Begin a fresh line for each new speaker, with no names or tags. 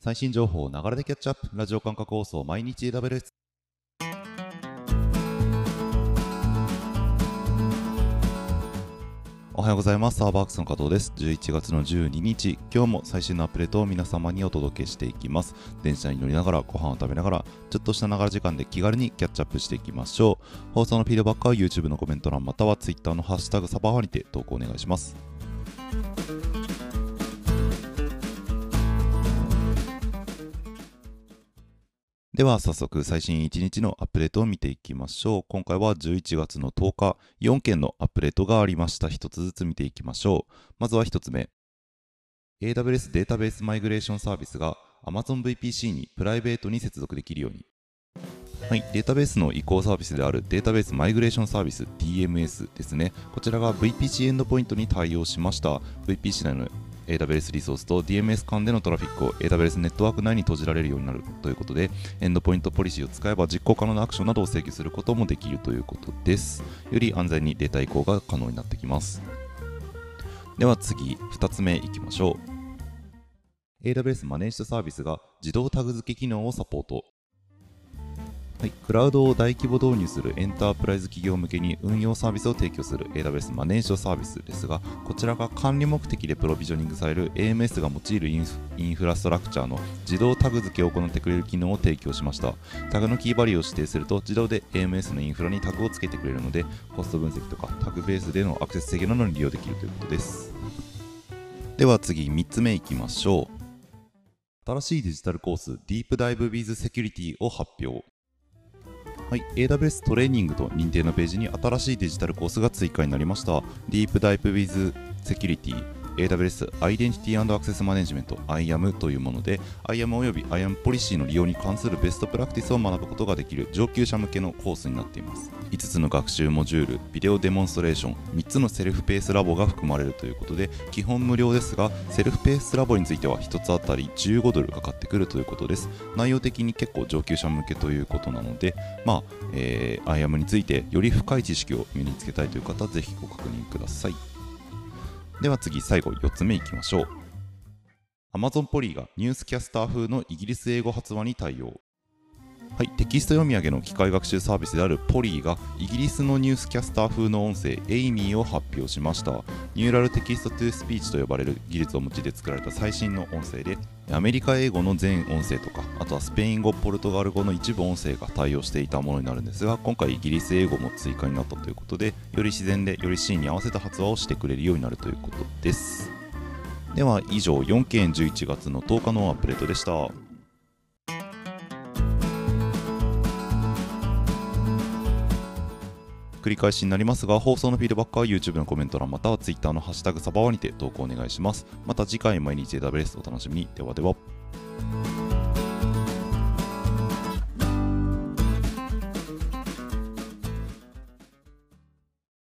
最新情報をながらでキャッチアップ、ラジオ感覚放送毎日 AWS。おはようございます。サーバークスの加藤です。11月の12日、今日も最新のアップデートを皆様にお届けしていきます。電車に乗りながら、ご飯を食べながら、ちょっとしたながら時間で気軽にキャッチアップしていきましょう。放送のフィードバックは YouTube のコメント欄または Twitter のハッシュタグサバワにて投稿お願いします。では早速最新1日のアップデートを見ていきましょう。今回は11月の10日、4件のアップデートがありました。1つずつ見ていきましょう。まずは1つ目。AWS データベースマイグレーションサービスが Amazon VPC にプライベートに接続できるように。はい、データベースの移行サービスであるデータベースマイグレーションサービス DMS ですね。こちらが VPC エンドポイントに対応しました。VPC 内のAWS リソースと DMS 間でのトラフィックを AWS ネットワーク内に閉じられるようになるということで、エンドポイントポリシーを使えば実行可能なアクションなどを制御することもできるということです。より安全にデータ移行が可能になってきます。では次、2つ目いきましょう。AWS マネージドサービスが自動タグ付け機能をサポート。はい、クラウドを大規模導入するエンタープライズ企業向けに運用サービスを提供する AWS マネージドサービスですが、こちらが管理目的でプロビジョニングされる AMS が用いるインフラストラクチャーの自動タグ付けを行ってくれる機能を提供しました。タグのキーバリューを指定すると自動で AMS のインフラにタグを付けてくれるので、コスト分析とかタグベースでのアクセス制御などに利用できるということです。では次3つ目いきましょう。新しいデジタルコース Deep Dive with Security を発表。はい、AWS トレーニングと認定のページに新しいデジタルコースが追加になりました。Deep Dive with Security AWS Identity and Access Management IAM というもので、IAM および IAM ポリシーの利用に関するベストプラクティスを学ぶことができる上級者向けのコースになっています。5つの学習モジュール、ビデオデモンストレーション、3つのセルフペースラボが含まれるということで、基本無料ですが、セルフペースラボについては1つあたり15ドルかかってくるということです。内容的に結構上級者向けということなので、IAM についてより深い知識を身につけたいという方はぜひご確認ください。では次、最後4つ目いきましょう。Amazon ポリーがニュースキャスター風のイギリス英語発話に対応。はい、テキスト読み上げの機械学習サービスであるポリーがイギリスのニュースキャスター風の音声エイミーを発表しました。ニューラルテキストトゥースピーチと呼ばれる技術を用いて作られた最新の音声で、アメリカ英語の全音声とか、あとはスペイン語、ポルトガル語の一部音声が対応していたものになるんですが、今回イギリス英語も追加になったということで、より自然でよりシーンに合わせた発話をしてくれるようになるということです。では以上4件11月の10日のアップデートでした。繰り返しになりますが、放送のフィードバックは YouTube のコメント欄または Twitter のハッシュタグサバワにて投稿お願いします。また次回毎日 AWS お楽しみに。ではでは。